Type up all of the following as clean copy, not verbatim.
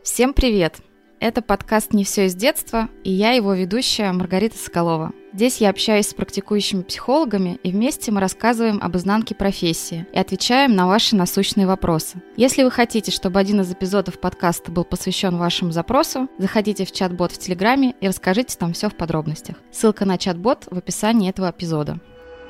Всем привет! Это подкаст «Не все из детства», и я его ведущая Маргарита Соколова. Здесь я общаюсь с практикующими психологами, и вместе мы рассказываем об изнанке профессии и отвечаем на ваши насущные вопросы. Если вы хотите, чтобы один из эпизодов подкаста был посвящен вашему запросу, заходите в чат-бот в Телеграме и расскажите там все в подробностях. Ссылка на чат-бот в описании этого эпизода.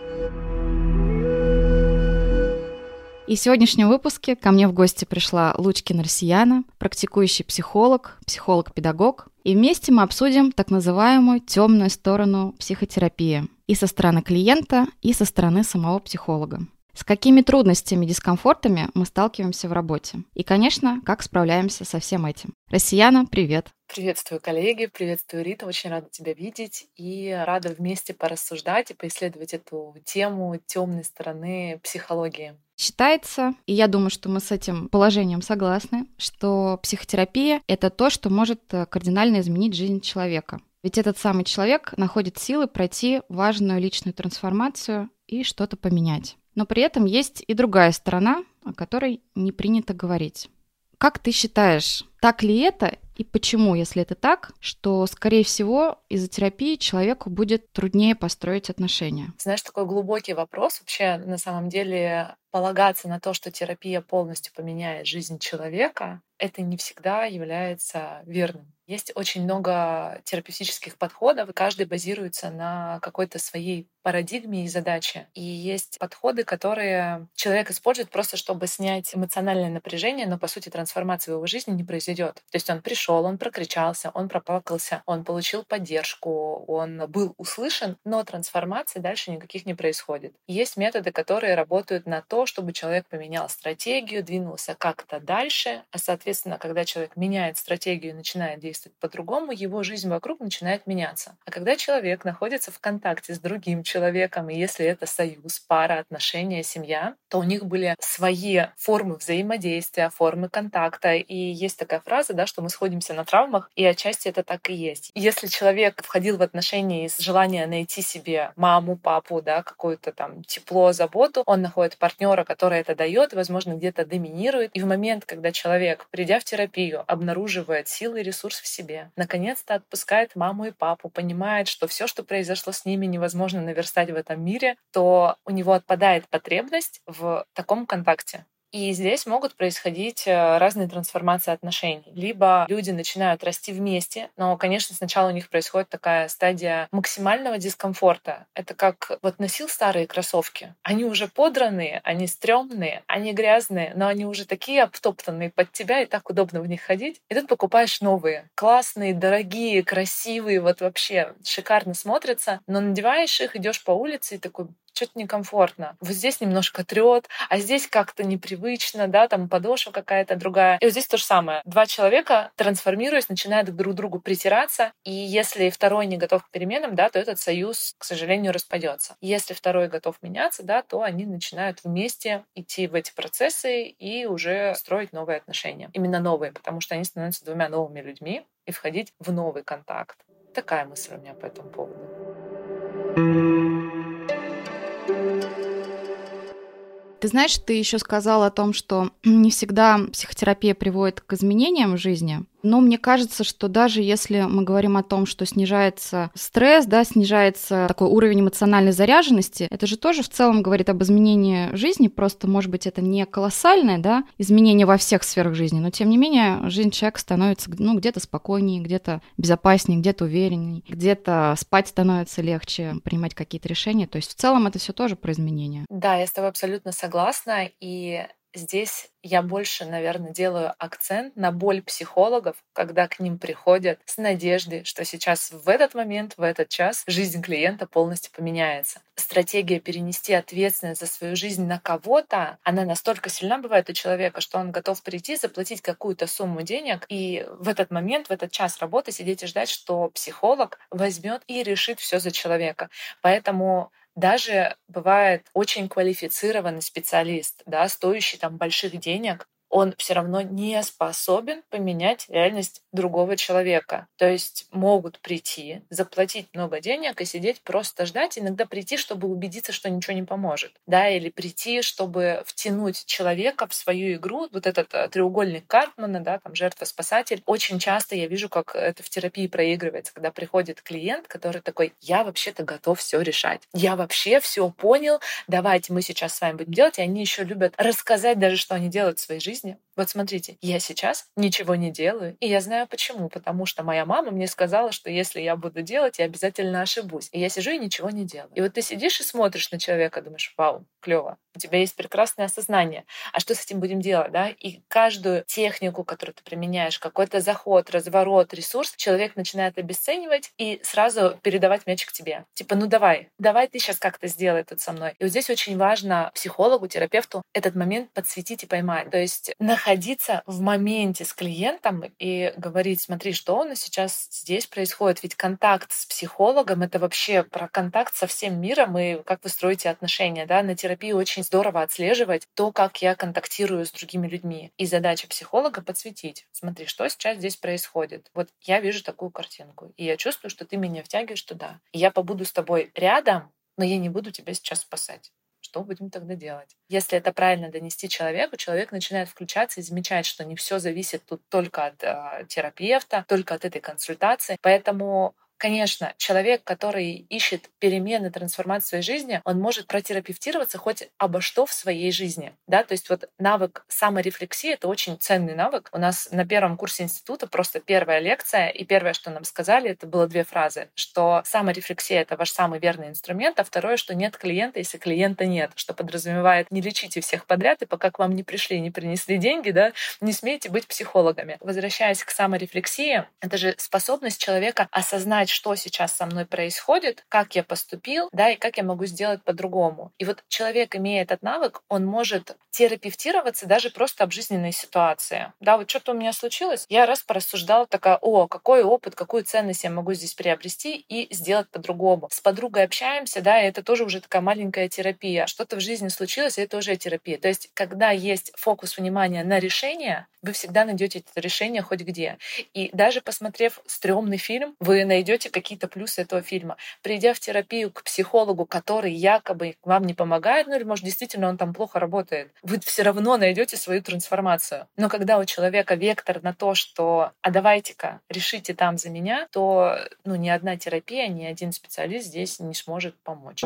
И в сегодняшнем выпуске ко мне в гости пришла Лучкина Россияна, практикующий психолог, психолог-педагог. И вместе мы обсудим так называемую темную сторону психотерапии и со стороны клиента, и со стороны самого психолога. С какими трудностями и дискомфортами мы сталкиваемся в работе? И, конечно, как справляемся со всем этим? Россияна, привет! Приветствую, коллеги, приветствую, Рита, очень рада тебя видеть и рада вместе порассуждать и поисследовать эту тему темной стороны психологии. Считается, и я думаю, что мы с этим положением согласны, что психотерапия — это то, что может кардинально изменить жизнь человека. Ведь этот самый человек находит силы пройти важную личную трансформацию и что-то поменять. Но при этом есть и другая сторона, о которой не принято говорить. Как ты считаешь, так ли это и почему, если это так, что, скорее всего, из-за терапии человеку будет труднее построить отношения? Знаешь, такой глубокий вопрос. Вообще, на самом деле, полагаться на то, что терапия полностью поменяет жизнь человека, это не всегда является верным. Есть очень много терапевтических подходов, и каждый базируется на какой-то своей парадигме и задаче. И есть подходы, которые человек использует просто, чтобы снять эмоциональное напряжение, но, по сути, трансформации в его жизни не произойдет. То есть он пришел, он прокричался, он проплакался, он получил поддержку, он был услышан, но трансформации дальше никаких не происходит. И есть методы, которые работают на то, чтобы человек поменял стратегию, двинулся как-то дальше, а, соответственно, когда человек меняет стратегию и начинает действовать по-другому, его жизнь вокруг начинает меняться. А когда человек находится в контакте с другим человеком, и если это союз, пара, отношения, семья, то у них были свои формы взаимодействия, формы контакта. И есть такая фраза, да, что мы сходимся на травмах, и отчасти это так и есть. Если человек входил в отношения из желания найти себе маму, папу, да, какое-то там тепло, заботу, он находит партнера, который это дает, возможно, где-то доминирует. И в момент, когда человек, придя в терапию, обнаруживает силы и ресурс в себе, наконец-то отпускает маму и папу, понимает, что все, что произошло с ними, невозможно наверстать в этом мире, то у него отпадает потребность в таком контакте. И здесь могут происходить разные трансформации отношений. Либо люди начинают расти вместе, но, конечно, сначала у них происходит такая стадия максимального дискомфорта. Это как вот носил старые кроссовки. Они уже подранные, они стрёмные, они грязные, но они уже такие обтоптанные под тебя, и так удобно в них ходить. И тут покупаешь новые. Классные, дорогие, красивые, вот вообще шикарно смотрятся, но надеваешь их, идешь по улице и такой: что-то некомфортно. Вот здесь немножко трёт, а здесь как-то непривычно, да, там подошва какая-то другая. И вот здесь то же самое. Два человека, трансформируясь, начинают друг к другу притираться, и если второй не готов к переменам, да, то этот союз, к сожалению, распадется. Если второй готов меняться, да, то они начинают вместе идти в эти процессы и уже строить новые отношения. Именно новые, потому что они становятся двумя новыми людьми и входить в новый контакт. Такая мысль у меня по этому поводу. Ты знаешь, ты еще сказала о том, что не всегда психотерапия приводит к изменениям в жизни. Но мне кажется, что даже если мы говорим о том, что снижается стресс, да, снижается такой уровень эмоциональной заряженности, это же тоже в целом говорит об изменении жизни, просто, может быть, это не колоссальное, да, изменение во всех сферах жизни, но, тем не менее, жизнь человека становится, где-то спокойнее, где-то безопаснее, где-то увереннее, где-то спать становится легче, принимать какие-то решения. То есть в целом это все тоже про изменения. Да, я с тобой абсолютно согласна, и здесь я больше, наверное, делаю акцент на боль психологов, когда к ним приходят с надеждой, что сейчас в этот момент, в этот час жизнь клиента полностью поменяется. Стратегия перенести ответственность за свою жизнь на кого-то, она настолько сильна бывает у человека, что он готов прийти, заплатить какую-то сумму денег и в этот момент, в этот час работы сидеть и ждать, что психолог возьмет и решит все за человека. Поэтому даже бывает очень квалифицированный специалист, да, стоящий там больших денег, он все равно не способен поменять реальность другого человека. То есть могут прийти, заплатить много денег и сидеть просто ждать, иногда прийти, чтобы убедиться, что ничего не поможет, да, или прийти, чтобы втянуть человека в свою игру. Вот этот треугольник Карпмана, да, там жертва-спасатель. Очень часто я вижу, как это в терапии проигрывается, когда приходит клиент, который такой: я вообще-то готов все решать, я вообще все понял, давайте мы сейчас с вами будем делать. И они еще любят рассказать даже, что они делают в своей жизни. Вот смотрите, я сейчас ничего не делаю, и я знаю почему. Потому что моя мама мне сказала, что если я буду делать, я обязательно ошибусь. И я сижу и ничего не делаю. И вот ты сидишь и смотришь на человека, думаешь: вау, клево, у тебя есть прекрасное осознание. А что с этим будем делать, да? И каждую технику, которую ты применяешь, какой-то заход, разворот, ресурс, человек начинает обесценивать и сразу передавать мячик тебе. Типа: ну давай ты сейчас как-то сделай тут со мной. И вот здесь очень важно психологу, терапевту этот момент подсветить и поймать. То есть находиться в моменте с клиентом и говорить: смотри, что у нас сейчас здесь происходит. Ведь контакт с психологом — это вообще про контакт со всем миром и как вы строите отношения. Да? На терапии очень здорово отслеживать то, как я контактирую с другими людьми. И задача психолога — подсветить: смотри, что сейчас здесь происходит. Вот я вижу такую картинку, и я чувствую, что ты меня втягиваешь туда. И я побуду с тобой рядом, но я не буду тебя сейчас спасать. Что будем тогда делать? Если это правильно донести человеку, человек начинает включаться и замечать, что не все зависит тут только от терапевта, только от этой консультации. Поэтому, конечно, человек, который ищет перемены, трансформацию в своей жизни, он может протерапевтироваться хоть обо что в своей жизни. Да? То есть вот навык саморефлексии — это очень ценный навык. У нас на первом курсе института просто первая лекция, и первое, что нам сказали, это было 2 фразы, что саморефлексия — это ваш самый верный инструмент, а второе, что нет клиента, если клиента нет, что подразумевает: не лечите всех подряд, и пока к вам не пришли, не принесли деньги, да, не смейте быть психологами. Возвращаясь к саморефлексии, это же способность человека осознать, что сейчас со мной происходит, как я поступил, да, и как я могу сделать по-другому. И вот человек, имея этот навык, он может терапевтироваться даже просто об жизненной ситуации. Да, вот что-то у меня случилось, я раз порассуждала, такая: о, какой опыт, какую ценность я могу здесь приобрести и сделать по-другому. С подругой общаемся, да, и это тоже уже такая маленькая терапия. Что-то в жизни случилось, и это уже терапия. То есть, когда есть фокус внимания на решение, вы всегда найдете это решение хоть где. И даже посмотрев стрёмный фильм, вы найдете какие-то плюсы этого фильма. Придя в терапию к психологу, который якобы вам не помогает, ну или, может, действительно он там плохо работает, вы все равно найдете свою трансформацию. Но когда у человека вектор на то, что «а давайте-ка решите там за меня», то ни одна терапия, ни один специалист здесь не сможет помочь.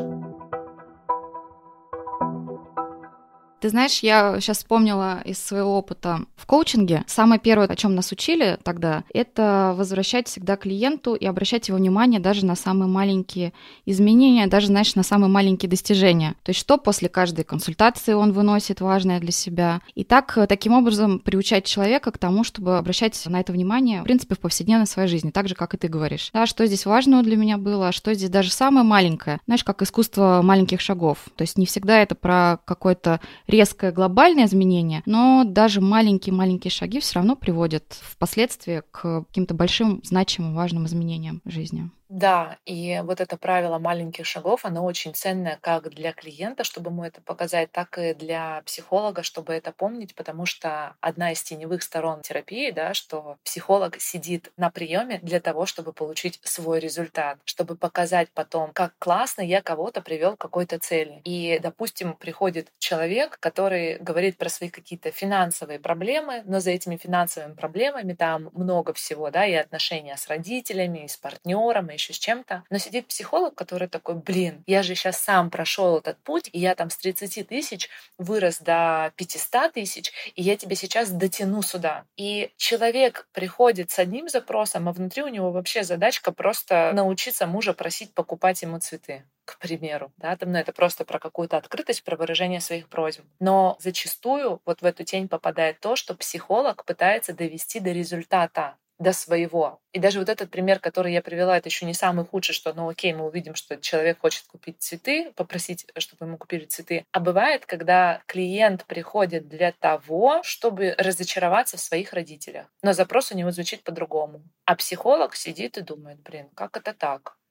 Ты знаешь, я сейчас вспомнила из своего опыта в коучинге. Самое первое, о чем нас учили тогда, это возвращать всегда клиенту и обращать его внимание даже на самые маленькие изменения, даже, знаешь, на самые маленькие достижения. То есть что после каждой консультации он выносит важное для себя. И таким образом приучать человека к тому, чтобы обращать на это внимание, в принципе, в повседневной своей жизни, так же, как и ты говоришь. Да, что здесь важного для меня было, а что здесь даже самое маленькое. Знаешь, как искусство маленьких шагов. То есть не всегда это про какое-то резкое глобальное изменение, но даже маленькие-маленькие шаги все равно приводят впоследствии к каким-то большим, значимым, важным изменениям в жизни. Да, и вот это правило маленьких шагов, оно очень ценное как для клиента, чтобы ему это показать, так и для психолога, чтобы это помнить, потому что одна из теневых сторон терапии, да, что психолог сидит на приеме для того, чтобы получить свой результат, чтобы показать потом, как классно я кого-то привел к какой-то цели. И, допустим, приходит человек, который говорит про свои какие-то финансовые проблемы, но за этими финансовыми проблемами там много всего, да, и отношения с родителями, и с партнером, и еще с чем-то. Но сидит психолог, который такой: блин, я же сейчас сам прошел этот путь, и я там с 30 тысяч вырос до 500 тысяч, и я тебе сейчас дотяну сюда. И человек приходит с одним запросом, а внутри у него вообще задачка просто научиться мужа просить покупать ему цветы, к примеру. Да? Это просто про какую-то открытость, про выражение своих просьб. Но зачастую вот в эту тень попадает то, что психолог пытается довести до результата, до своего. И даже вот этот пример, который я привела, это еще не самый худший, что, окей, мы увидим, что человек хочет купить цветы, попросить, чтобы ему купили цветы. А бывает, когда клиент приходит для того, чтобы разочароваться в своих родителях. Но запрос у него звучит по-другому. А психолог сидит и думает: блин, как это так?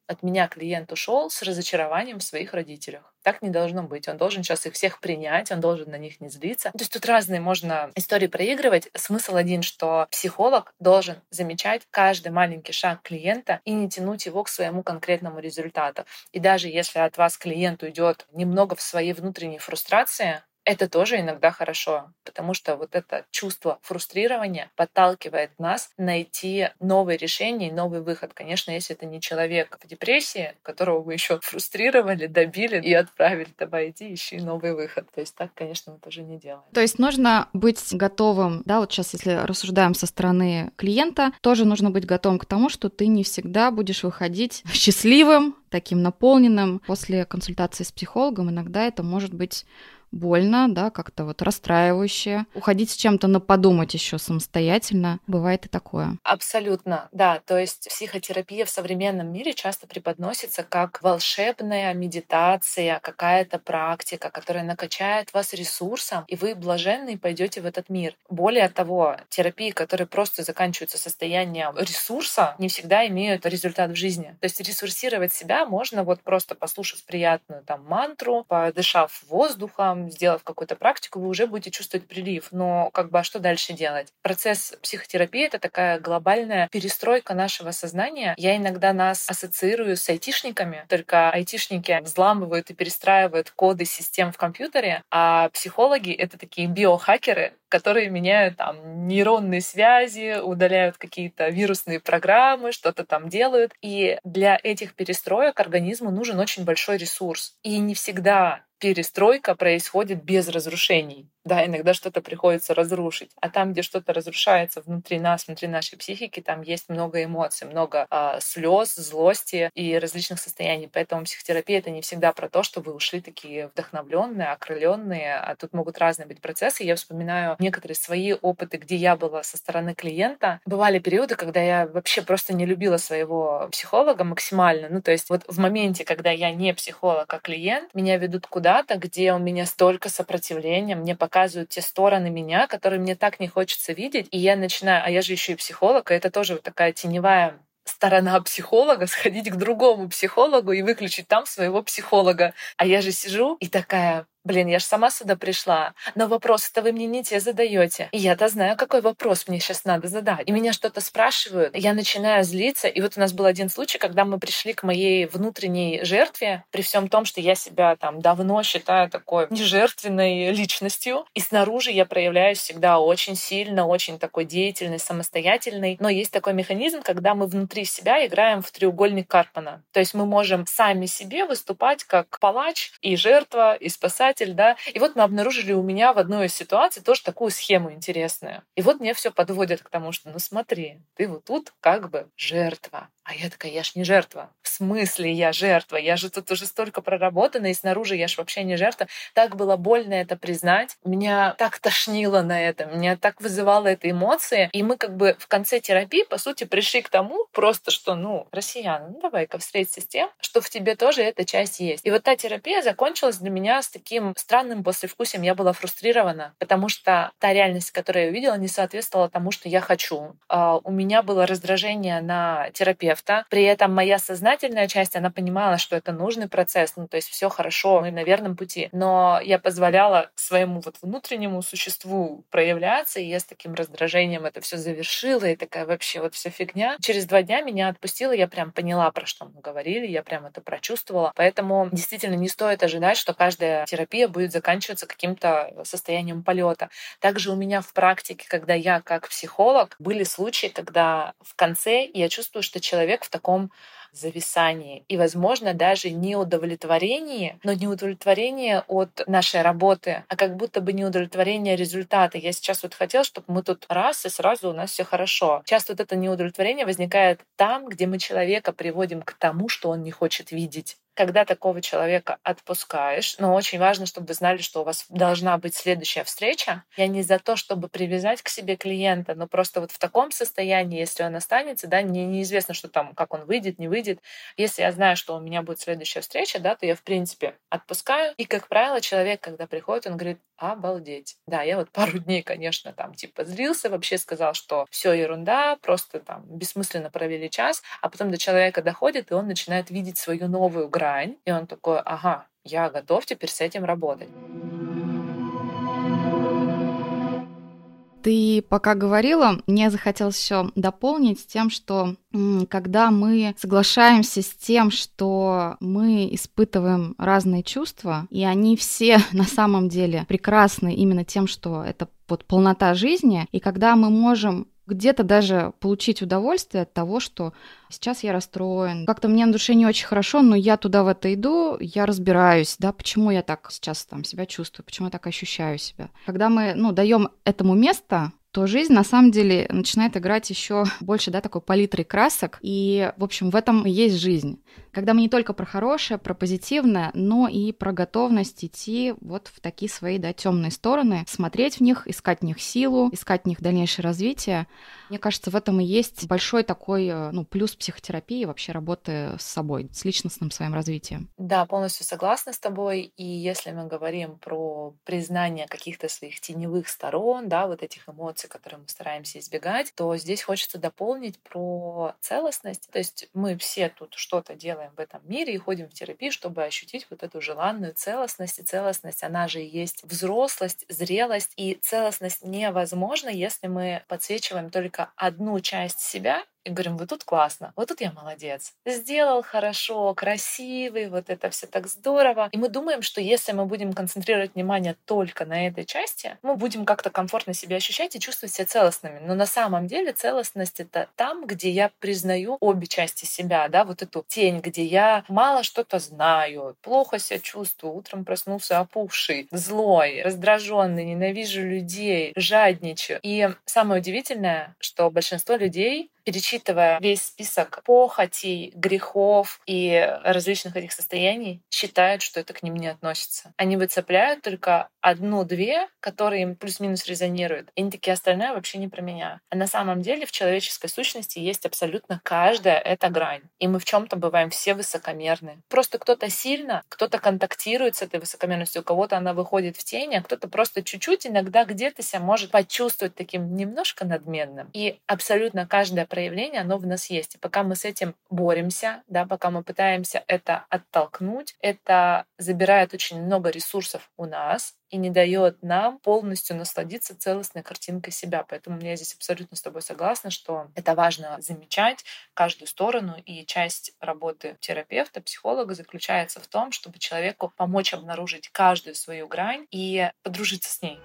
от меня клиент ушел с разочарованием в своих родителях. Так не должно быть. Он должен сейчас их всех принять, он должен на них не злиться. То есть тут разные можно истории проигрывать. Смысл один, что психолог должен замечать каждый маленький шаг клиента и не тянуть его к своему конкретному результату. И даже если от вас клиент уйдет немного в своей внутренней фрустрации, это тоже иногда хорошо, потому что вот это чувство фрустрирования подталкивает нас найти новые решения и новый выход. Конечно, если это не человек в депрессии, которого вы еще фрустрировали, добили и отправили, давай иди, ищи новый выход. То есть так, конечно, мы тоже не делаем. То есть нужно быть готовым, да, вот сейчас, если рассуждаем со стороны клиента, тоже нужно быть готовым к тому, что ты не всегда будешь выходить счастливым, таким наполненным. После консультации с психологом иногда это может быть больно, да, как-то вот расстраивающе. Уходить с чем-то на подумать еще самостоятельно. Бывает и такое. Абсолютно, да. То есть психотерапия в современном мире часто преподносится как волшебная медитация, какая-то практика, которая накачает вас ресурсом, и вы блаженны пойдете в этот мир. Более того, терапии, которые просто заканчиваются состоянием ресурса, не всегда имеют результат в жизни. То есть ресурсировать себя можно вот просто послушав приятную там мантру, подышав воздухом, сделав какую-то практику, вы уже будете чувствовать прилив. Но а что дальше делать? Процесс психотерапии — это такая глобальная перестройка нашего сознания. Я иногда нас ассоциирую с айтишниками, только айтишники взламывают и перестраивают коды систем в компьютере, а психологи — это такие биохакеры, которые меняют там нейронные связи, удаляют какие-то вирусные программы, что-то там делают. И для этих перестроек организму нужен очень большой ресурс. И не всегда перестройка происходит без разрушений. Да, иногда что-то приходится разрушить. А там, где что-то разрушается внутри нас, внутри нашей психики, там есть много эмоций, много слез, злости и различных состояний. Поэтому психотерапия — это не всегда про то, что вы ушли такие вдохновленные, окрыленные, а тут могут разные быть процессы. Я вспоминаю некоторые свои опыты, где я была со стороны клиента. Бывали периоды, когда я вообще просто не любила своего психолога максимально. Ну, то есть вот в моменте, когда я не психолог, а клиент, меня ведут куда-то, где у меня столько сопротивления, мне показывают те стороны меня, которые мне так не хочется видеть, и я начинаю, а я же еще и психолог, и это тоже вот такая теневая сторона психолога, сходить к другому психологу и выключить там своего психолога. А я же сижу и такая: блин, я же сама сюда пришла, но вопросы-то вы мне не те задаете. И я-то знаю, какой вопрос мне сейчас надо задать. И меня что-то спрашивают, я начинаю злиться. И вот у нас был один случай, когда мы пришли к моей внутренней жертве, при всем том, что я себя там давно считаю такой нежертвенной личностью. И снаружи я проявляюсь всегда очень сильно, очень такой деятельной, самостоятельной. Но есть такой механизм, когда мы внутри себя играем в треугольник Карпмана. То есть мы можем сами себе выступать как палач и жертва, и спасатель, да. И вот мы обнаружили у меня в одной из ситуаций тоже такую схему интересную. И вот мне все подводит к тому, что, ну смотри, ты вот тут как бы жертва. А я такая: я ж не жертва. В смысле я жертва? Я же тут уже столько проработана, и снаружи я ж вообще не жертва. Так было больно это признать. Меня так тошнило на это, меня так вызывало это эмоции. И мы как бы в конце терапии, по сути, пришли к тому просто, что, россиян, давай-ка встреться с тем, что в тебе тоже эта часть есть. И вот та терапия закончилась для меня с таким странным послевкусием. Я была фрустрирована, потому что та реальность, которую я увидела, не соответствовала тому, что я хочу. У меня было раздражение на терапевта. При этом моя сознательная часть, она понимала, что это нужный процесс, то есть все хорошо, мы на верном пути. Но я позволяла своему вот внутреннему существу проявляться, и я с таким раздражением это все завершила, и такая вообще вот вся фигня. Через 2 дня меня отпустила, я прям поняла, про что мы говорили, я прям это прочувствовала. Поэтому действительно не стоит ожидать, что каждая терапия будет заканчиваться каким-то состоянием полета. Также у меня в практике, когда я как психолог, были случаи, когда в конце я чувствую, что человек в таком зависании и, возможно, даже неудовлетворении, но не удовлетворение от нашей работы, а как будто бы неудовлетворение результата. Я сейчас вот хотела, чтобы мы тут раз и сразу у нас все хорошо. Часто вот это неудовлетворение возникает там, где мы человека приводим к тому, что он не хочет видеть. Когда такого человека отпускаешь, но очень важно, чтобы вы знали, что у вас должна быть следующая встреча. Я не за то, чтобы привязать к себе клиента, но просто вот в таком состоянии, если он останется, да, мне неизвестно, что там, как он выйдет, не выйдет. Если я знаю, что у меня будет следующая встреча, да, то я, в принципе, отпускаю. И, как правило, человек, когда приходит, он говорит: обалдеть. Да, я вот пару дней, конечно, там типа злился, вообще сказал, что все ерунда, просто там бессмысленно провели час, а потом до человека доходит, и он начинает видеть свою новую грань, и он такой: ага, я готов теперь с этим работать. Ты пока говорила, мне захотелось еще дополнить тем, что когда мы соглашаемся с тем, что мы испытываем разные чувства, и они все на самом деле прекрасны именно тем, что это вот полнота жизни, и когда мы можем где-то даже получить удовольствие от того, что сейчас я расстроен, как-то мне на душе не очень хорошо, но я туда в это иду, я разбираюсь, да, почему я так сейчас там себя чувствую, почему я так ощущаю себя. Когда мы, даем этому место, то жизнь на самом деле начинает играть еще больше, да, такой палитрой красок. И, в общем, в этом и есть жизнь. Когда мы не только про хорошее, про позитивное, но и про готовность идти вот в такие свои, да, темные стороны, смотреть в них, искать в них силу, искать в них дальнейшее развитие. Мне кажется, в этом и есть большой такой, плюс психотерапии, вообще работы с собой, с личностным своим развитием. Да, полностью согласна с тобой. И если мы говорим про признание каких-то своих теневых сторон, да, вот этих эмоций, которые мы стараемся избегать, то здесь хочется дополнить про целостность. То есть мы все тут что-то делаем в этом мире и ходим в терапию, чтобы ощутить вот эту желанную целостность. И целостность, она же и есть взрослость, зрелость. И целостность невозможна, если мы подсвечиваем только одну часть себя и говорим: вот тут классно, вот тут я молодец, сделал хорошо, красивый, вот это все так здорово. И мы думаем, что если мы будем концентрировать внимание только на этой части, мы будем как-то комфортно себя ощущать и чувствовать себя целостными. Но на самом деле целостность — это там, где я признаю обе части себя, да, вот эту тень, где я мало что-то знаю, плохо себя чувствую, утром проснулся опухший, злой, раздраженный, ненавижу людей, жадничаю. И самое удивительное, что большинство людей, перечитывая весь список похотей, грехов и различных этих состояний, считают, что это к ним не относится. Они выцепляют только одну-две, которые им плюс-минус резонируют. И они такие: остальное вообще не про меня. А на самом деле в человеческой сущности есть абсолютно каждая эта грань. И мы в чем-то бываем все высокомерны. Просто кто-то сильно, кто-то контактирует с этой высокомерностью, у кого-то она выходит в тень, а кто-то просто чуть-чуть иногда где-то себя может почувствовать таким немножко надменным. И абсолютно каждое проявление, оно в нас есть. И пока мы с этим боремся, да, пока мы пытаемся это оттолкнуть, это забирает очень много ресурсов у нас и не дает нам полностью насладиться целостной картинкой себя. Поэтому я здесь абсолютно с тобой согласна, что это важно замечать каждую сторону. И часть работы терапевта, психолога заключается в том, чтобы человеку помочь обнаружить каждую свою грань и подружиться с ней.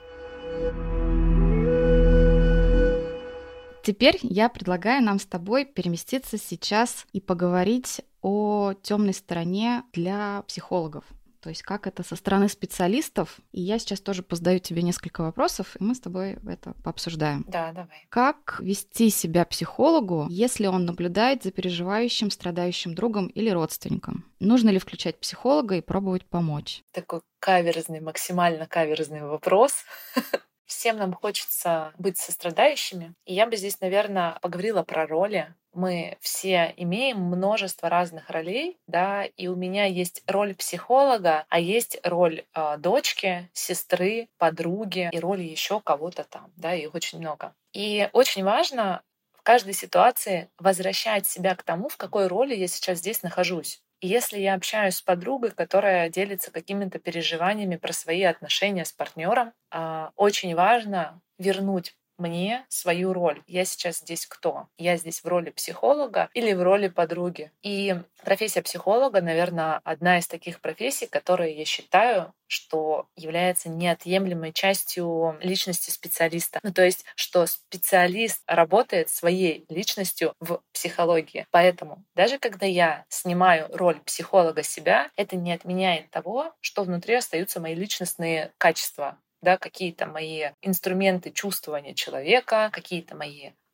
Теперь я предлагаю нам с тобой переместиться сейчас и поговорить о темной стороне для психологов. То есть как это со стороны специалистов. И я сейчас тоже позадаю тебе несколько вопросов, и мы с тобой это пообсуждаем. Да, давай. Как вести себя психологу, если он наблюдает за переживающим, страдающим другом или родственником? Нужно ли включать психолога и пробовать помочь? Такой каверзный, максимально каверзный вопрос. Всем нам хочется быть сострадающими. И я бы здесь, наверное, поговорила про роли. Мы все имеем множество разных ролей, да, и у меня есть роль психолога, а есть роль дочки, сестры, подруги и роли еще кого-то там, да, их очень много. И очень важно в каждой ситуации возвращать себя к тому, в какой роли я сейчас здесь нахожусь. И если я общаюсь с подругой, которая делится какими-то переживаниями про свои отношения с партнером, очень важно вернуть мне свою роль. Я сейчас здесь кто? Я здесь в роли психолога или в роли подруги? И профессия психолога, наверное, одна из таких профессий, которые я считаю, что является неотъемлемой частью личности специалиста. То есть, что специалист работает своей личностью в психологии. Поэтому даже когда я снимаю роль психолога себя, это не отменяет того, что внутри остаются мои личностные качества, да, какие-то мои инструменты чувствования человека, какие-то мои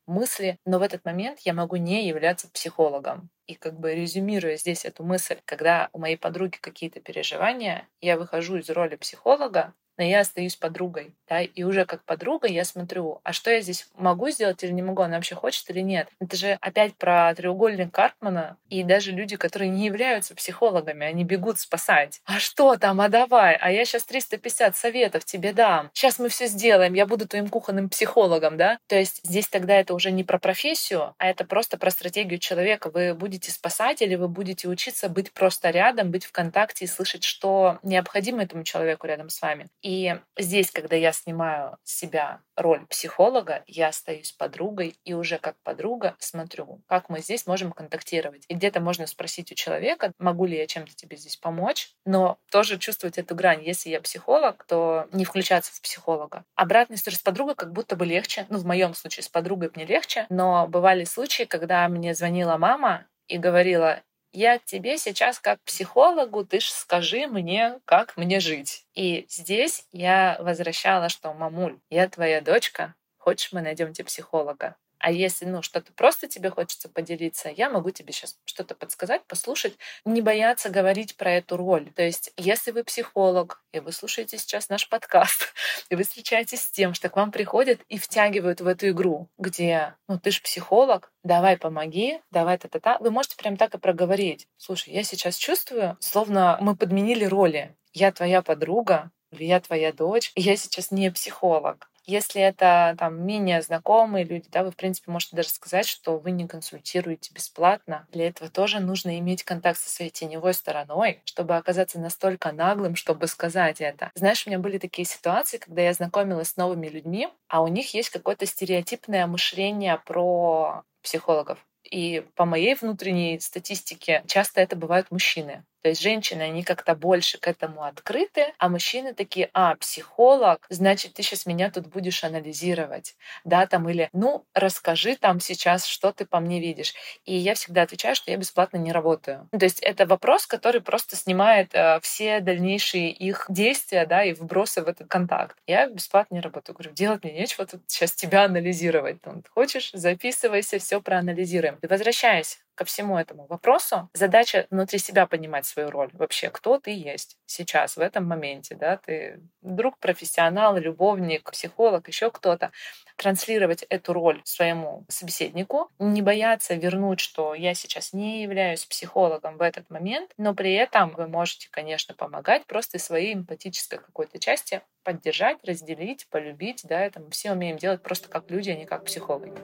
мысли, но в этот момент я могу не являться психологом. И как бы резюмируя здесь эту мысль, когда у моей подруги какие-то переживания, я выхожу из роли психолога, но я остаюсь подругой, да, и уже как подруга я смотрю, а что я здесь могу сделать или не могу, она вообще хочет или нет. Это же опять про треугольник Карпмана, и даже люди, которые не являются психологами, они бегут спасать. А что там, а давай, а я сейчас 350 советов тебе дам, сейчас мы все сделаем, я буду твоим кухонным психологом, да. То есть здесь тогда это уже не про профессию, а это просто про стратегию человека. Вы будете спасать или вы будете учиться быть просто рядом, быть в контакте и слышать, что необходимо этому человеку рядом с вами. И здесь, когда я снимаю с себя роль психолога, я остаюсь подругой и уже как подруга смотрю, как мы здесь можем контактировать. И где-то можно спросить у человека, могу ли я чем-то тебе здесь помочь, но тоже чувствовать эту грань. Если я психолог, то не включаться в психолога. Обратная история с подругой как будто бы легче. Ну, в моем случае с подругой мне легче, но бывали случаи, когда мне звонила мама и говорила: я к тебе сейчас как психологу, ты ж скажи мне, как мне жить. И здесь я возвращала, что: мамуль, я твоя дочка, хочешь, мы найдем тебе психолога? А если, что-то просто тебе хочется поделиться, я могу тебе сейчас что-то подсказать, послушать, не бояться говорить про эту роль. То есть, если вы психолог, и вы слушаете сейчас наш подкаст, и вы встречаетесь с тем, что к вам приходят и втягивают в эту игру, где, ты же психолог, давай помоги, давай та-та-та. Вы можете прям так и проговорить. Слушай, я сейчас чувствую, словно мы подменили роли. Я твоя подруга, или я твоя дочь, и я сейчас не психолог. Если это менее знакомые люди, да, вы, в принципе, можете даже сказать, что вы не консультируете бесплатно. Для этого тоже нужно иметь контакт со своей теневой стороной, чтобы оказаться настолько наглым, чтобы сказать это. Знаешь, у меня были такие ситуации, когда я знакомилась с новыми людьми, а у них есть какое-то стереотипное мышление про психологов. И по моей внутренней статистике часто это бывают мужчины. То есть женщины, они как-то больше к этому открыты, а мужчины такие: психолог, значит, ты сейчас меня тут будешь анализировать, да, или, расскажи сейчас, что ты по мне видишь. И я всегда отвечаю, что я бесплатно не работаю. То есть это вопрос, который просто снимает все дальнейшие их действия, да, и вбросы в этот контакт. Я бесплатно не работаю. Говорю: делать мне нечего тут сейчас тебя анализировать. Хочешь, записывайся, все проанализируем. И возвращаясь ко всему этому вопросу, задача внутри себя понимать свою роль. Вообще, кто ты есть сейчас, в этом моменте. Да? Ты друг, профессионал, любовник, психолог, еще кто-то. Транслировать эту роль своему собеседнику, не бояться вернуть, что я сейчас не являюсь психологом в этот момент, но при этом вы можете, конечно, помогать просто своей эмпатической какой-то части поддержать, разделить, полюбить. Да? Это мы все умеем делать просто как люди, а не как психологи.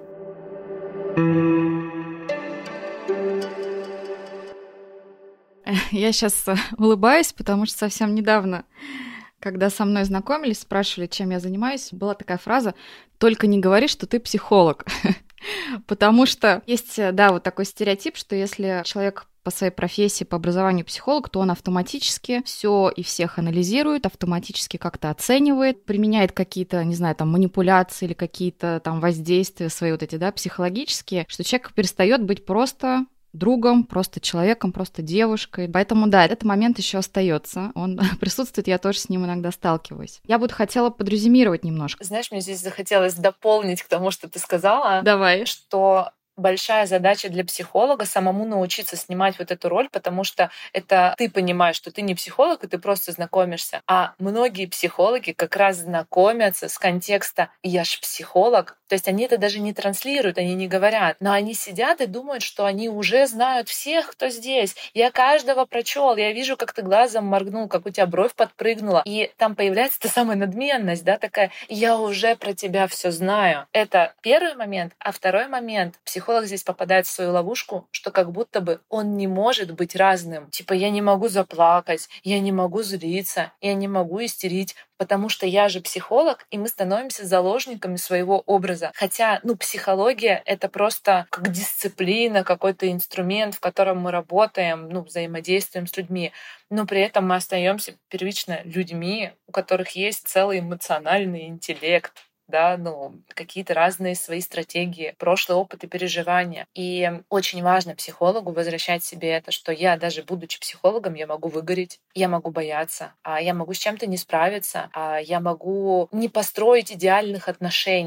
Я сейчас улыбаюсь, потому что совсем недавно, когда со мной знакомились, спрашивали, чем я занимаюсь, была такая фраза: «Только не говори, что ты психолог». Потому что есть, вот такой стереотип, что если человек по своей профессии, по образованию психолог, то он автоматически все и всех анализирует, автоматически как-то оценивает, применяет какие-то, не знаю, манипуляции или какие-то воздействия свои психологические, что человек перестает быть просто другом, просто человеком, просто девушкой. Поэтому, да, этот момент еще остается. Он присутствует, я тоже с ним иногда сталкиваюсь. Я бы хотела подрезюмировать немножко. Знаешь, мне здесь захотелось дополнить к тому, что ты сказала. Давай. Что большая задача для психолога самому научиться снимать вот эту роль, потому что это ты понимаешь, что ты не психолог, и ты просто знакомишься. А многие психологи как раз знакомятся с контекста «я ж психолог». То есть они это даже не транслируют, они не говорят, но они сидят и думают, что они уже знают всех, кто здесь. Я каждого прочел, я вижу, как ты глазом моргнул, как у тебя бровь подпрыгнула. И там появляется та самая надменность, да, такая: я уже про тебя все знаю. Это первый момент. А второй момент: психолог здесь попадает в свою ловушку, что как будто бы он не может быть разным. Типа: я не могу заплакать, я не могу злиться, я не могу истерить, потому что я же психолог, и мы становимся заложниками своего образа. Хотя, психология — это просто как дисциплина, какой-то инструмент, в котором мы работаем, взаимодействуем с людьми, но при этом мы остаемся первично людьми, у которых есть целый эмоциональный интеллект, да, какие-то разные свои стратегии, прошлый опыт и переживания. И очень важно психологу возвращать себе это, что я, даже будучи психологом, я могу выгореть, я могу бояться, я могу с чем-то не справиться, я могу не построить идеальных отношений.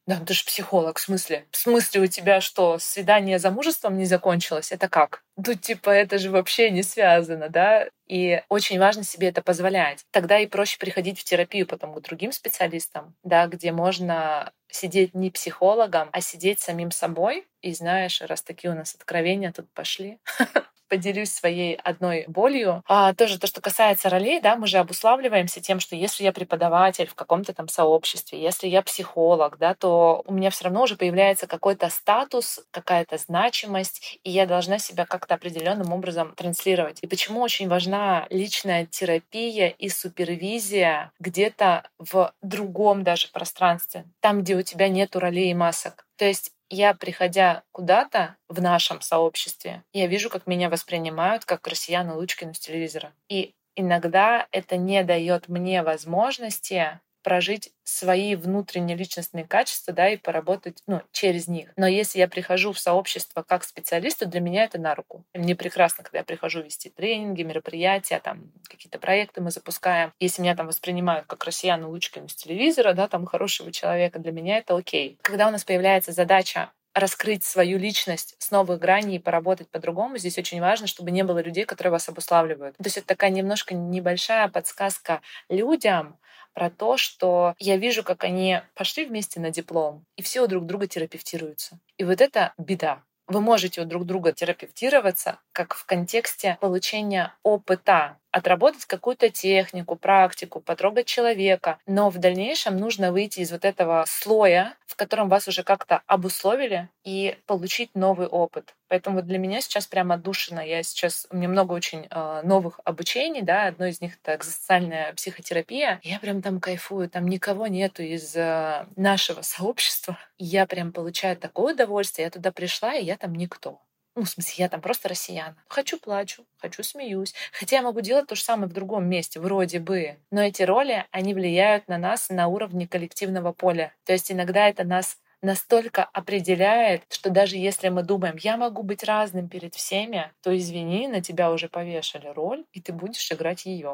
Да, ну ты же психолог, в смысле? В смысле у тебя что, свидание замужеством не закончилось? Это как? Ну, типа, это же вообще не связано, да? И очень важно себе это позволять. Тогда и проще приходить в терапию потом к другим специалистам, да, где можно сидеть не психологом, а сидеть самим собой. И знаешь, раз такие у нас откровения тут пошли, поделюсь своей одной болью. Тоже то, что касается ролей, да, мы же обуславливаемся тем, что если я преподаватель в каком-то там сообществе, если я психолог, да, то у меня все равно уже появляется какой-то статус, какая-то значимость, и я должна себя как-то определенным образом транслировать. И почему очень важна личная терапия и супервизия где-то в другом даже пространстве, там, где у тебя нету ролей и масок. То есть я, приходя куда-то в нашем сообществе, я вижу, как меня воспринимают как Россияну Лучкину с телевизора. И иногда это не дает мне возможности прожить свои внутренние личностные качества, да, и поработать, через них. Но если я прихожу в сообщество как специалист, то для меня это на руку. И мне прекрасно, когда я прихожу вести тренинги, мероприятия, там какие-то проекты мы запускаем. Если меня там воспринимают как Россияну Лучкину с телевизора, да, там хорошего человека, для меня это окей. Когда у нас появляется задача раскрыть свою личность с новых граней и поработать по-другому, здесь очень важно, чтобы не было людей, которые вас обуславливают. То есть это такая немножко небольшая подсказка людям про то, что я вижу, как они пошли вместе на диплом, и все у друг друга терапевтируются. И вот это беда. Вы можете у друг друга терапевтироваться, как в контексте получения опыта, отработать какую-то технику, практику, потрогать человека. Но в дальнейшем нужно выйти из вот этого слоя, в котором вас уже как-то обусловили, и получить новый опыт. Поэтому для меня сейчас прямо отдушина. У меня много очень новых обучений, да, одно из них — это экзистенциальная психотерапия. Я прям там кайфую, там никого нету из нашего сообщества. И я прям получаю такое удовольствие. Я туда пришла, и я там никто. Ну, в смысле, я там просто россияна. Хочу — плачу, хочу — смеюсь. Хотя я могу делать то же самое в другом месте, вроде бы. Но эти роли, они влияют на нас на уровне коллективного поля. То есть иногда это нас настолько определяет, что даже если мы думаем, я могу быть разным перед всеми, то извини, на тебя уже повешали роль, и ты будешь играть ее.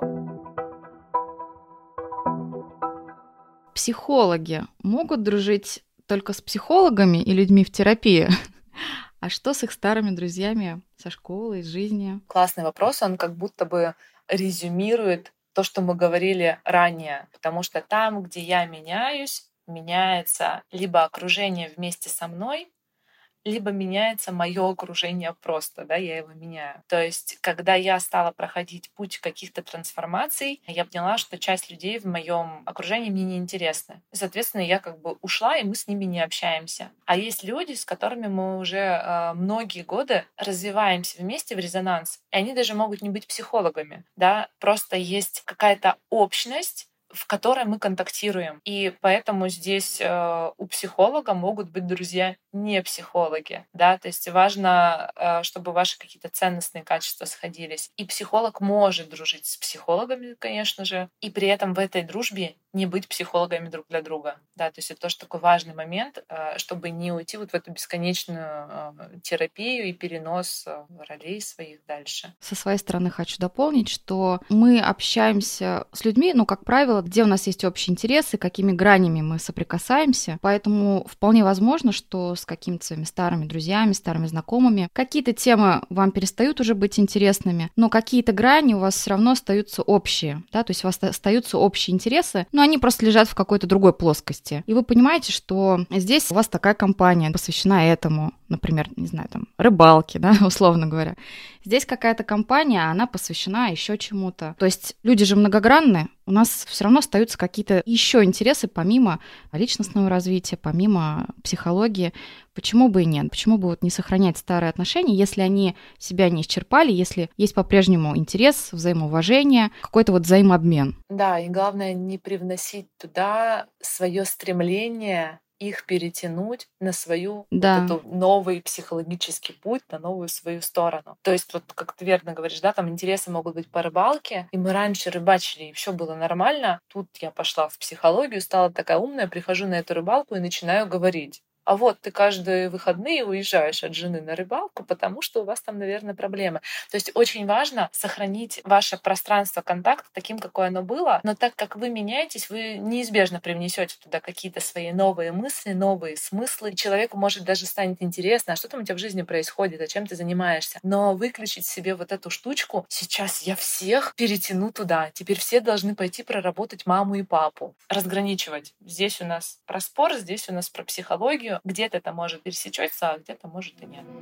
Психологи могут дружить только с психологами и людьми в терапии? А что с их старыми друзьями со школы, из жизни? Классный вопрос, он как будто бы резюмирует то, что мы говорили ранее, потому что там, где я меняюсь, меняется либо окружение вместе со мной, либо меняется мое окружение просто, да, я его меняю. То есть, когда я стала проходить путь каких-то трансформаций, я поняла, что часть людей в моем окружении мне не интересны. Соответственно, я как бы ушла, и мы с ними не общаемся. А есть люди, с которыми мы уже многие годы развиваемся вместе в резонанс, и они даже могут не быть психологами, да, просто есть какая-то общность, в которой мы контактируем. И поэтому здесь у психолога могут быть друзья не психологи. Да? То есть важно, чтобы ваши какие-то ценностные качества сходились. И психолог может дружить с психологами, конечно же, и при этом в этой дружбе не быть психологами друг для друга. Да? То есть это тоже такой важный момент, чтобы не уйти вот в эту бесконечную терапию и перенос ролей своих дальше. Со своей стороны хочу дополнить, что мы общаемся с людьми, как правило, где у нас есть общие интересы, какими гранями мы соприкасаемся. Поэтому вполне возможно, что с какими-то своими старыми друзьями, старыми знакомыми какие-то темы вам перестают уже быть интересными, но какие-то грани у вас все равно остаются общие. Да? То есть у вас остаются общие интересы, но они просто лежат в какой-то другой плоскости. И вы понимаете, что здесь у вас такая компания посвящена этому, например, не знаю, там, рыбалке, да, условно говоря. Здесь какая-то компания, она посвящена еще чему-то. То есть люди же многогранны, у нас все равно остаются какие-то еще интересы помимо личностного развития, помимо психологии. Почему бы и нет? Почему бы не сохранять старые отношения, если они себя не исчерпали, если есть по-прежнему интерес, взаимоуважение, какой-то взаимообмен? Да, и главное не привносить туда свое стремление их перетянуть на свою эту новый психологический путь, на новую свою сторону. То есть вот как ты верно говоришь, да, там интересы могут быть по рыбалке, и мы раньше рыбачили, и все было нормально. Тут я пошла в психологию, стала такая умная, прихожу на эту рыбалку и начинаю говорить. А вот ты каждые выходные уезжаешь от жены на рыбалку, потому что у вас там, наверное, проблемы. То есть очень важно сохранить ваше пространство контакта таким, какое оно было, но так как вы меняетесь, вы неизбежно привнесете туда какие-то свои новые мысли, новые смыслы. И человеку может даже станет интересно, а что там у тебя в жизни происходит, а чем ты занимаешься. Но выключить себе вот эту штучку, сейчас я всех перетяну туда, теперь все должны пойти проработать маму и папу. Разграничивать. Здесь у нас про спор, здесь у нас про психологию. Где-то это может пересечься, а где-то может и нет.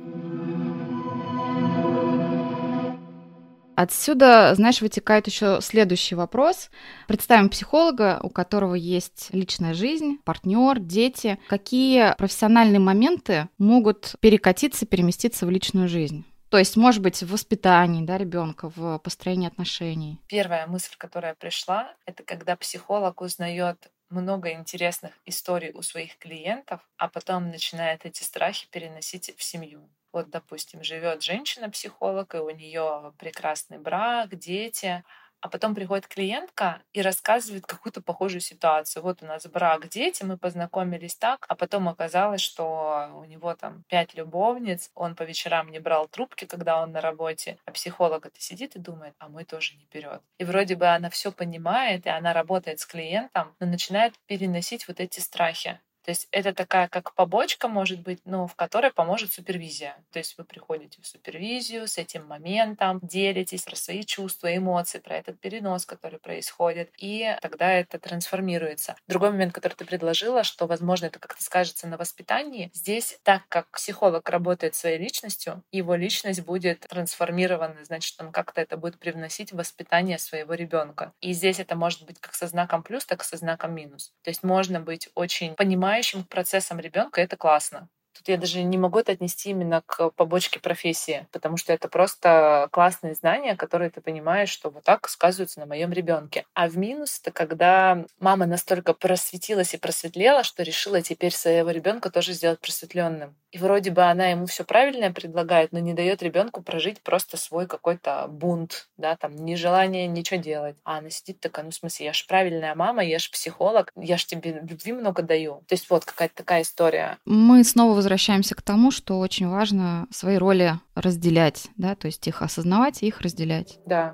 Отсюда, знаешь, вытекает еще следующий вопрос. Представим психолога, у которого есть личная жизнь, партнер, дети. Какие профессиональные моменты могут перекатиться, переместиться в личную жизнь? То есть, может быть, в воспитании, да, ребенка, в построении отношений. Первая мысль, которая пришла, это когда психолог узнает много интересных историй у своих клиентов, а потом начинает эти страхи переносить в семью. Вот, допустим, живет женщина-психолог, и у нее прекрасный брак, дети, а потом приходит клиентка и рассказывает какую-то похожую ситуацию. Вот у нас брак, дети, мы познакомились так, а потом оказалось, что у него там 5 любовниц, он по вечерам не брал трубки, когда он на работе, а психолог это сидит и думает, а мой тоже не берет. И вроде бы она все понимает, и она работает с клиентом, но начинает переносить вот эти страхи. То есть это такая как побочка, может быть, но в которой поможет супервизия. То есть вы приходите в супервизию с этим моментом, делитесь про свои чувства, эмоции, про этот перенос, который происходит, и тогда это трансформируется. Другой момент, который ты предложила, что, возможно, это как-то скажется на воспитании. Здесь, так как психолог работает своей личностью, его личность будет трансформирована, значит, он как-то это будет привносить в воспитание своего ребенка. И здесь это может быть как со знаком плюс, так и со знаком минус. То есть можно быть очень понимающим к процессам ребенка, это классно. Тут я даже не могу это отнести именно к побочке профессии, потому что это просто классные знания, которые ты понимаешь, что вот так сказываются на моем ребенке. А в минус это когда мама настолько просветилась и просветлела, что решила теперь своего ребенка тоже сделать просветленным. И вроде бы она ему все правильное предлагает, но не дает ребенку прожить просто свой какой-то бунт, да, там, нежелание ничего делать. А она сидит такая, ну, в смысле, я ж правильная мама, я ж психолог, я ж тебе любви много даю. То есть вот какая-то такая история. Мы снова возвращаемся к тому, что очень важно свои роли разделять, да, то есть их осознавать и их разделять. Да.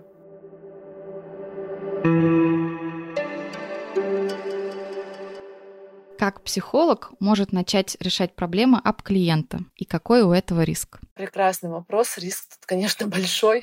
Как психолог может начать решать проблемы об клиента? И какой у этого риск? Прекрасный вопрос. Риск тут, конечно, большой.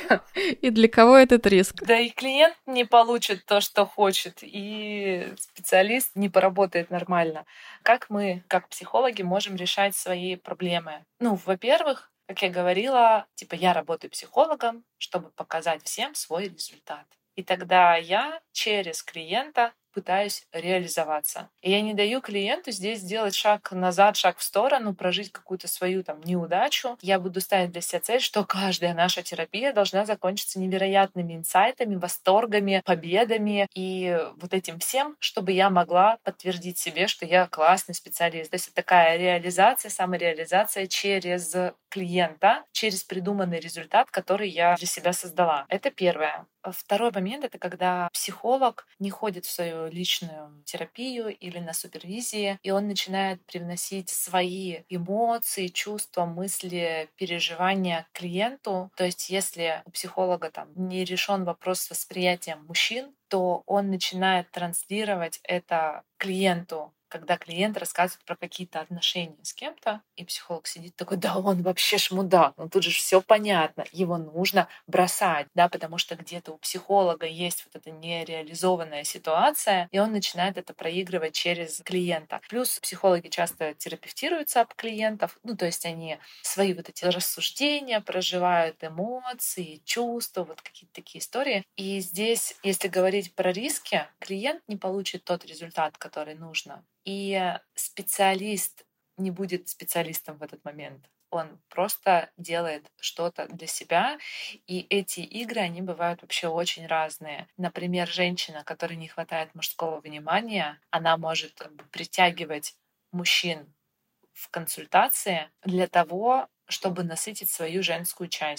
И для кого этот риск? Да и клиент не получит то, что хочет, и специалист не поработает нормально. Как мы, как психологи, можем решать свои проблемы? Ну, во-первых, как я говорила, типа я работаю психологом, чтобы показать всем свой результат. И тогда я через клиента пытаюсь реализоваться. И я не даю клиенту здесь сделать шаг назад, шаг в сторону, прожить какую-то свою там неудачу. Я буду ставить для себя цель, что каждая наша терапия должна закончиться невероятными инсайтами, восторгами, победами и вот этим всем, чтобы я могла подтвердить себе, что я классный специалист. То есть это такая реализация, самореализация через клиента, через придуманный результат, который я для себя создала. Это первое. Второй момент — это когда психолог не ходит в свою личную терапию или на супервизии, и он начинает привносить свои эмоции, чувства, мысли, переживания к клиенту. То есть если у психолога там не решен вопрос с восприятием мужчин, то он начинает транслировать это клиенту, когда клиент рассказывает про какие-то отношения с кем-то, и психолог сидит такой, да он вообще ж мудак, ну тут же все понятно, его нужно бросать, да, потому что где-то у психолога есть вот эта нереализованная ситуация, и он начинает это проигрывать через клиента. Плюс психологи часто терапевтируются об клиентов, ну то есть они свои вот эти рассуждения проживают, эмоции, чувства, вот какие-то такие истории. И здесь, если говорить про риски, клиент не получит тот результат, который нужно. И специалист не будет специалистом в этот момент. Он просто делает что-то для себя, и эти игры, они бывают вообще очень разные. Например, женщина, которой не хватает мужского внимания, она может как бы притягивать мужчин в консультации для того, чтобы насытить свою женскую часть.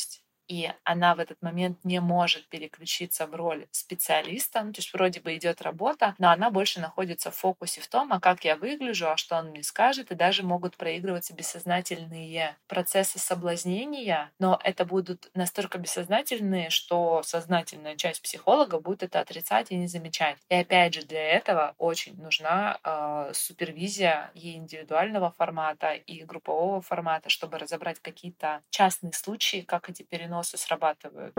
и она в этот момент не может переключиться в роль специалиста. Ну, то есть вроде бы идет работа, но она больше находится в фокусе в том, а как я выгляжу, а что он мне скажет, и даже могут проигрываться бессознательные процессы соблазнения, но это будут настолько бессознательные, что сознательная часть психолога будет это отрицать и не замечать. И опять же, для этого очень нужна супервизия и индивидуального формата, и группового формата, чтобы разобрать какие-то частные случаи, как эти переносы срабатывают.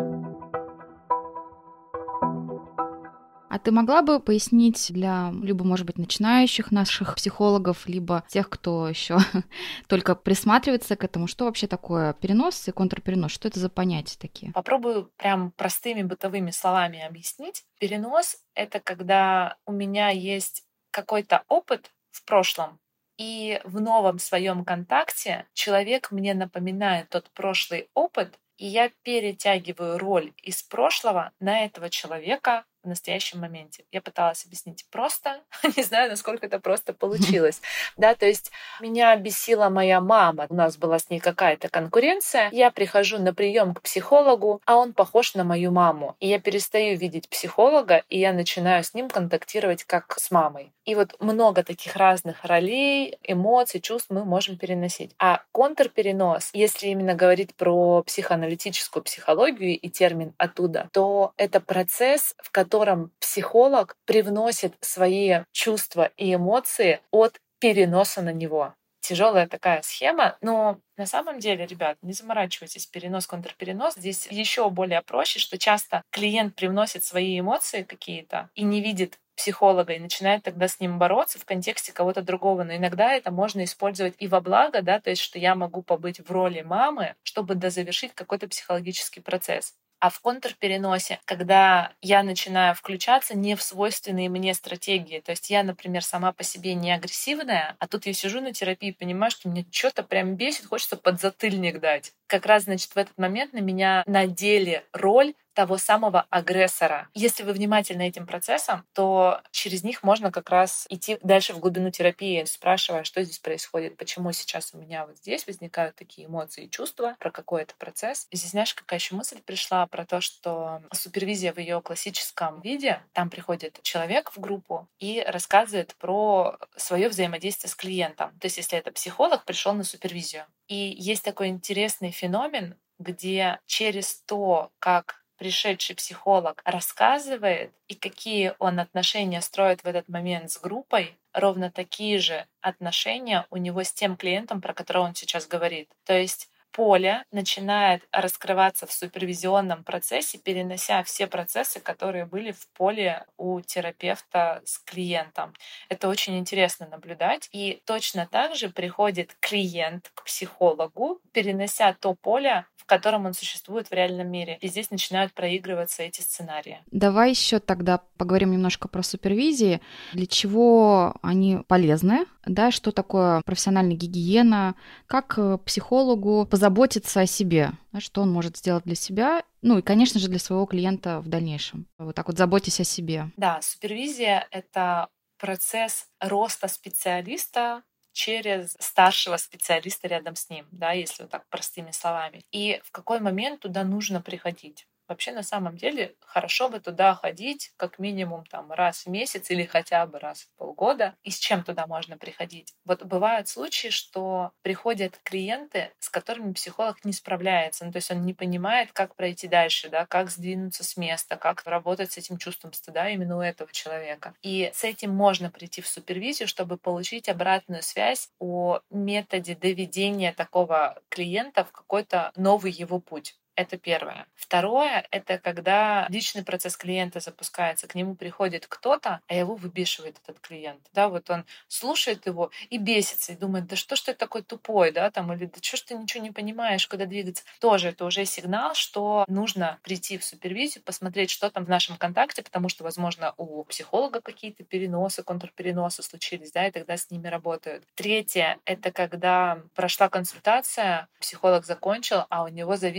А ты могла бы пояснить для либо, может быть, начинающих наших психологов, либо тех, кто еще только присматривается к этому, что вообще такое перенос и контрперенос? Что это за понятия такие? Попробую прям простыми бытовыми словами объяснить. Перенос — это когда у меня есть какой-то опыт в прошлом, и в новом своем контакте человек мне напоминает тот прошлый опыт, и я перетягиваю роль из прошлого на этого человека в настоящем моменте. Я пыталась объяснить просто, не знаю, насколько это просто получилось. Да, то есть меня бесила моя мама, у нас была с ней какая-то конкуренция, я прихожу на прием к психологу, а он похож на мою маму. И я перестаю видеть психолога, и я начинаю с ним контактировать как с мамой. И вот много таких разных ролей, эмоций, чувств мы можем переносить. А контрперенос, если именно говорить про психоаналитическую психологию и термин оттуда, то это процесс, в котором психолог привносит свои чувства и эмоции от переноса на него. Тяжелая такая схема, но на самом деле, ребят, не заморачивайтесь, перенос, контрперенос. Здесь еще более проще, что часто клиент привносит свои эмоции какие-то и не видит психолога и начинает тогда с ним бороться в контексте кого-то другого. Но иногда это можно использовать и во благо, да, то есть что я могу побыть в роли мамы, чтобы дозавершить какой-то психологический процесс. А в контрпереносе, когда я начинаю включаться не в свойственные мне стратегии, то есть я, например, сама по себе не агрессивная, а тут я сижу на терапии и понимаю, что меня что-то прям бесит, хочется подзатыльник дать. Как раз, значит, в этот момент на меня надели роль того самого агрессора. Если вы внимательны этим процессом, то через них можно как раз идти дальше в глубину терапии, спрашивая, что здесь происходит, почему сейчас у меня вот здесь возникают такие эмоции и чувства, про какой это процесс. И здесь, знаешь, какая еще мысль пришла про то, что супервизия в ее классическом виде, там приходит человек в группу и рассказывает про свое взаимодействие с клиентом. То есть, если это психолог, пришел на супервизию. И есть такой интересный феномен, где через то, как пришедший психолог рассказывает и какие он отношения строит в этот момент с группой, ровно такие же отношения у него с тем клиентом, про которого он сейчас говорит. То есть поле начинает раскрываться в супервизионном процессе, перенося все процессы, которые были в поле у терапевта с клиентом. Это очень интересно наблюдать. И точно так же приходит клиент к психологу, перенося то поле, в котором он существует в реальном мире. И здесь начинают проигрываться эти сценарии. Давай еще тогда поговорим немножко про супервизии. Для чего они полезны? Да, что такое профессиональная гигиена? Как психологу позаботиться о себе? Да, что он может сделать для себя? Ну и, конечно же, для своего клиента в дальнейшем. Вот так вот заботьтесь о себе. Да, супервизия — это процесс роста специалиста через старшего специалиста рядом с ним, да, если вот так простыми словами. И в какой момент туда нужно приходить? Вообще, на самом деле, хорошо бы туда ходить как минимум там раз в месяц или хотя бы раз в полгода. И с чем туда можно приходить? Вот бывают случаи, что приходят клиенты, с которыми психолог не справляется. Ну, то есть он не понимает, как пройти дальше, да, как сдвинуться с места, как работать с этим чувством стыда именно у этого человека. И с этим можно прийти в супервизию, чтобы получить обратную связь о методе доведения такого клиента в какой-то новый его путь. Это первое. Второе — это когда личный процесс клиента запускается, к нему приходит кто-то, а его выбешивает этот клиент. Да, вот он слушает его и бесится, и думает, да что ж ты такой тупой, да, там, или да что ж ты ничего не понимаешь, куда двигаться. Тоже это уже сигнал, что нужно прийти в супервизию, посмотреть, что там в нашем контакте, потому что, возможно, у психолога какие-то переносы, контрпереносы случились, да, и тогда с ними работают. Третье — это когда прошла консультация, психолог закончил, а у него зависла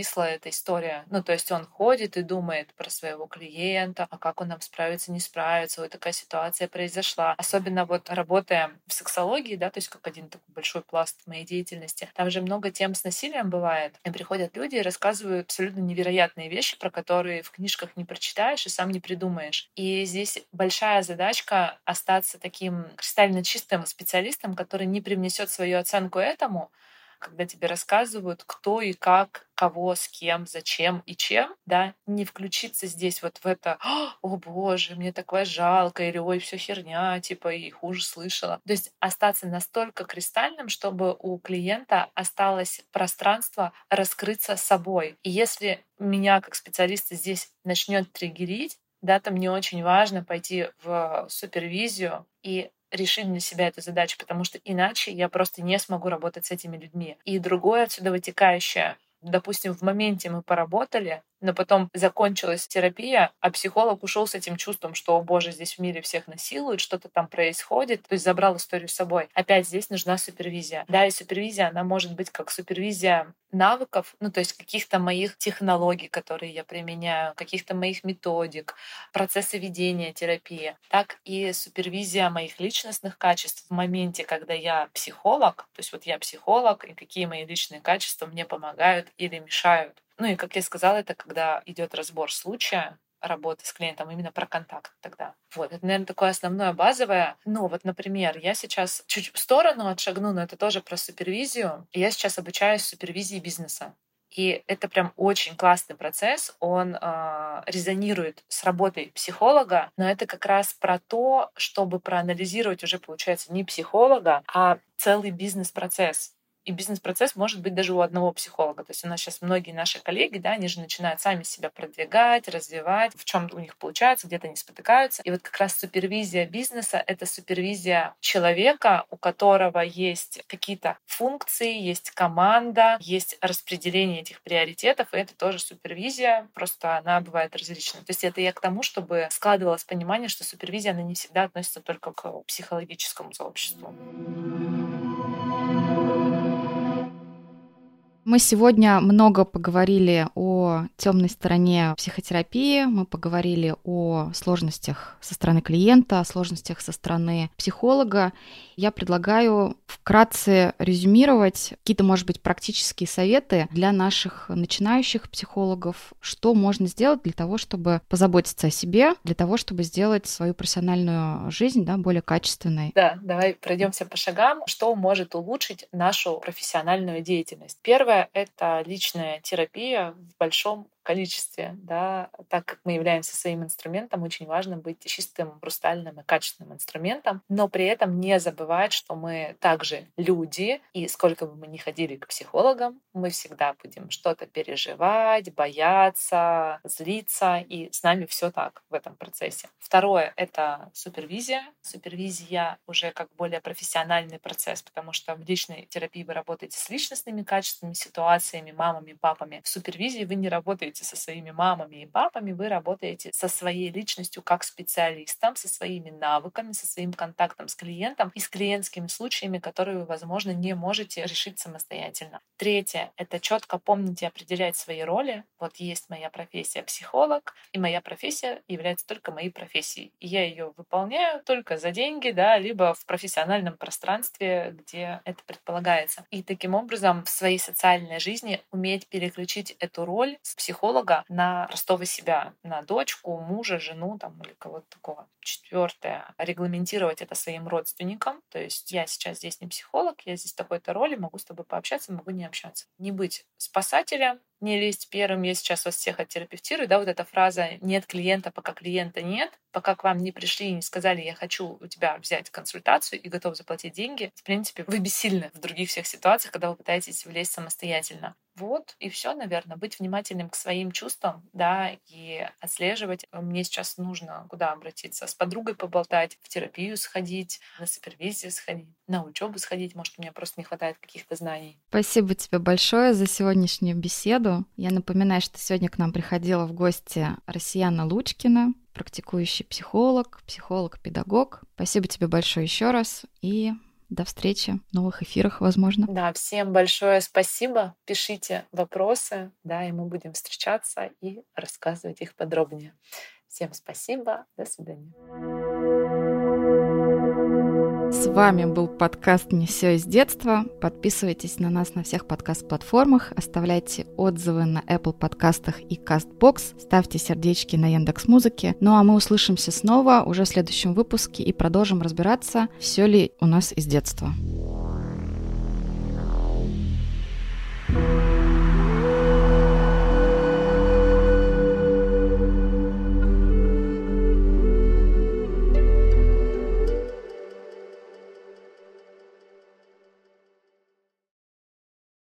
эта история. Ну, то есть он ходит и думает про своего клиента, а как он нам справится, не справится, вот такая ситуация произошла. Особенно вот работая в сексологии, да, то есть как один такой большой пласт моей деятельности, там же много тем с насилием бывает. И приходят люди и рассказывают абсолютно невероятные вещи, про которые в книжках не прочитаешь и сам не придумаешь. И здесь большая задачка остаться таким кристально чистым специалистом, который не привнесет свою оценку этому, когда тебе рассказывают, кто и как, кого, с кем, зачем и чем, да, не включиться здесь вот в это «О боже, мне такое жалко», или «Ой, все херня», типа, и хуже слышала. То есть остаться настолько кристальным, чтобы у клиента осталось пространство раскрыться собой. И если меня как специалиста здесь начнет триггерить, да, то мне очень важно пойти в супервизию и решить для себя эту задачу, потому что иначе я просто не смогу работать с этими людьми. И другое отсюда вытекающее. Допустим, в моменте мы поработали, но потом закончилась терапия, а психолог ушел с этим чувством, что, о боже, здесь в мире всех насилуют, что-то там происходит, то есть забрал историю с собой. Опять здесь нужна супервизия. Да, и супервизия, она может быть как супервизия навыков, ну, то есть каких-то моих технологий, которые я применяю, каких-то моих методик, процесса ведения терапии, так и супервизия моих личностных качеств в моменте, когда я психолог, то есть вот я психолог, и какие мои личные качества мне помогают или мешают. Ну и, как я сказала, это когда идет разбор случая, работы с клиентом, именно про контакт тогда. Вот, это, наверное, такое основное, базовое. Ну, вот, например, я сейчас чуть в сторону отшагну, но это тоже про супервизию. Я сейчас обучаюсь супервизии бизнеса. И это прям очень классный процесс, он резонирует с работой психолога, но это как раз про то, чтобы проанализировать уже, получается, не психолога, а целый бизнес-процесс. И бизнес-процесс может быть даже у одного психолога. То есть у нас сейчас многие наши коллеги, да, они же начинают сами себя продвигать, развивать, в чем у них получается, где-то они спотыкаются. И вот как раз супервизия бизнеса — это супервизия человека, у которого есть какие-то функции, есть команда, есть распределение этих приоритетов, и это тоже супервизия, просто она бывает различная. То есть это я к тому, чтобы складывалось понимание, что супервизия, она не всегда относится только к психологическому сообществу. Мы сегодня много поговорили о темной стороне психотерапии, мы поговорили о сложностях со стороны клиента, о сложностях со стороны психолога. Я предлагаю вкратце резюмировать какие-то, может быть, практические советы для наших начинающих психологов, что можно сделать для того, чтобы позаботиться о себе, для того, чтобы сделать свою профессиональную жизнь, да, более качественной. Да, давай пройдемся по шагам, что может улучшить нашу профессиональную деятельность. Первое — это личная терапия в большом количестве, да, так как мы являемся своим инструментом, очень важно быть чистым, хрустальным и качественным инструментом, но при этом не забывать, что мы также люди, и сколько бы мы ни ходили к психологам, мы всегда будем что-то переживать, бояться, злиться, и с нами все так в этом процессе. Второе — это супервизия. Супервизия уже как более профессиональный процесс, потому что в личной терапии вы работаете с личностными качествами, ситуациями, мамами, папами. В супервизии вы не работаете со своими мамами и папами, вы работаете со своей личностью как специалистом, со своими навыками, со своим контактом с клиентом и с клиентскими случаями, которые вы, возможно, не можете решить самостоятельно. Третье — это четко помнить и определять свои роли. Вот есть моя профессия психолог, и моя профессия является только моей профессией. И я ее выполняю только за деньги, да, либо в профессиональном пространстве, где это предполагается. И таким образом в своей социальной жизни уметь переключить эту роль с психолога на простого себя, на дочку, мужа, жену там, или кого-то такого. Четвертое — регламентировать это своим родственникам. То есть я сейчас здесь не психолог, я здесь в такой-то роли, могу с тобой пообщаться, могу не общаться. Не быть спасателем, не лезть первым. Я сейчас вас всех оттерапевтирую. Да, вот эта фраза «нет клиента, пока клиента нет», пока к вам не пришли и не сказали «я хочу у тебя взять консультацию и готов заплатить деньги», в принципе, вы бессильны в других всех ситуациях, когда вы пытаетесь влезть самостоятельно. Вот, и все, наверное, быть внимательным к своим чувствам, да, и отслеживать. Мне сейчас нужно куда обратиться? С подругой поболтать, в терапию сходить, на супервизию сходить, на учебу сходить. Может, у меня просто не хватает каких-то знаний. Спасибо тебе большое за сегодняшнюю беседу. Я напоминаю, что сегодня к нам приходила в гости Россияна Лучкина, практикующий психолог, психолог-педагог. Спасибо тебе большое еще раз и До встречи в новых эфирах, возможно. Да, всем большое спасибо. Пишите вопросы, да, и мы будем встречаться и рассказывать их подробнее. Всем спасибо. До свидания. С вами был подкаст «Не все из детства». Подписывайтесь на нас на всех подкаст-платформах, оставляйте отзывы на Apple подкастах и CastBox, ставьте сердечки на Яндекс.Музыке. Ну а мы услышимся снова уже в следующем выпуске и продолжим разбираться, все ли у нас из детства.